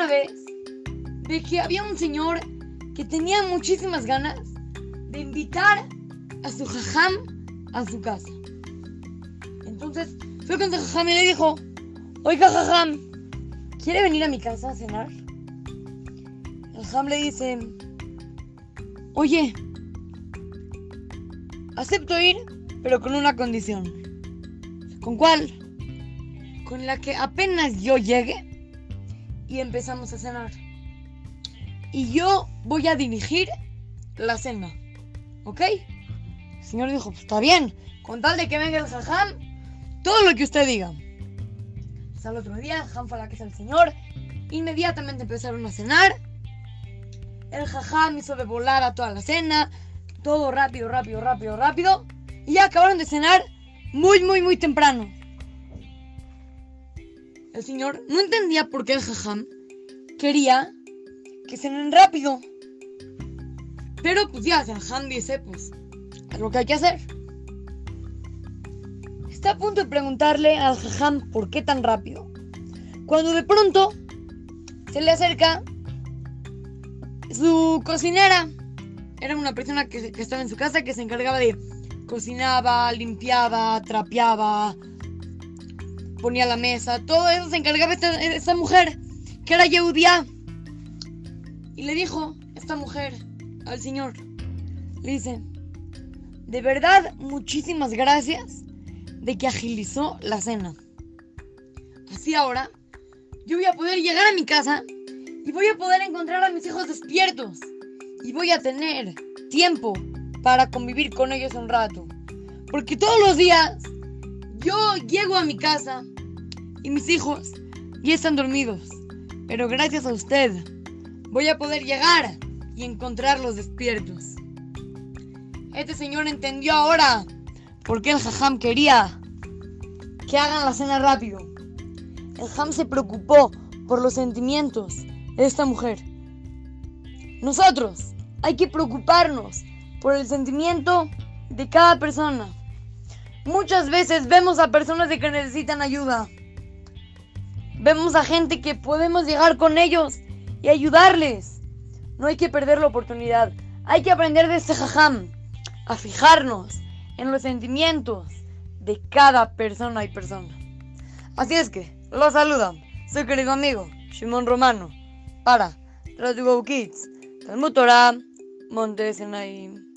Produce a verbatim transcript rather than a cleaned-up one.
vez de que había un señor que tenía muchísimas ganas de invitar a su jajam a su casa. Entonces fue con su jajam y le dijo: oiga, jajam, ¿quiere venir a mi casa a cenar? El jajam le dice: oye, acepto ir, pero con una condición. ¿Con cuál? Con la que apenas yo llegue y empezamos a cenar, y yo voy a dirigir la cena, ¿ok? El señor dijo: pues está bien, con tal de que venga el jajam, todo lo que usted diga. Pues al otro día el jajam fue a la casa del señor, inmediatamente empezaron a cenar. El jajam hizo de volar a toda la cena, todo rápido, rápido, rápido, rápido, y ya acabaron de cenar muy, muy, muy temprano. El señor no entendía por qué el jajam quería que cenen rápido. Pero pues ya, el jajam dice, pues, es lo que hay que hacer. Está a punto de preguntarle al jajam por qué tan rápido, cuando de pronto se le acerca su cocinera. Era una persona que, que estaba en su casa, que se encargaba de cocinaba, limpiaba, trapeaba, ponía la mesa, todo eso se encargaba esta, esta mujer, que era Yehudia. Y le dijo esta mujer al señor, le dice: de verdad, muchísimas gracias de que agilizó la cena. Así ahora yo voy a poder llegar a mi casa y voy a poder encontrar a mis hijos despiertos y voy a tener tiempo para convivir con ellos un rato, porque todos los días yo llego a mi casa y mis hijos ya están dormidos, pero gracias a usted voy a poder llegar y encontrarlos despiertos. Este señor entendió ahora por qué el jajam quería que hagan la cena rápido. El jajam se preocupó por los sentimientos de esta mujer. Nosotros hay que preocuparnos por el sentimiento de cada persona. Muchas veces vemos a personas de que necesitan ayuda. Vemos a gente que podemos llegar con ellos y ayudarles. No hay que perder la oportunidad. Hay que aprender de este jajam a fijarnos en los sentimientos de cada persona y persona. Así es que, los saluda su querido amigo Shimon Romano para Radio Go Kids, Talmud Torah, Monte Sinaí.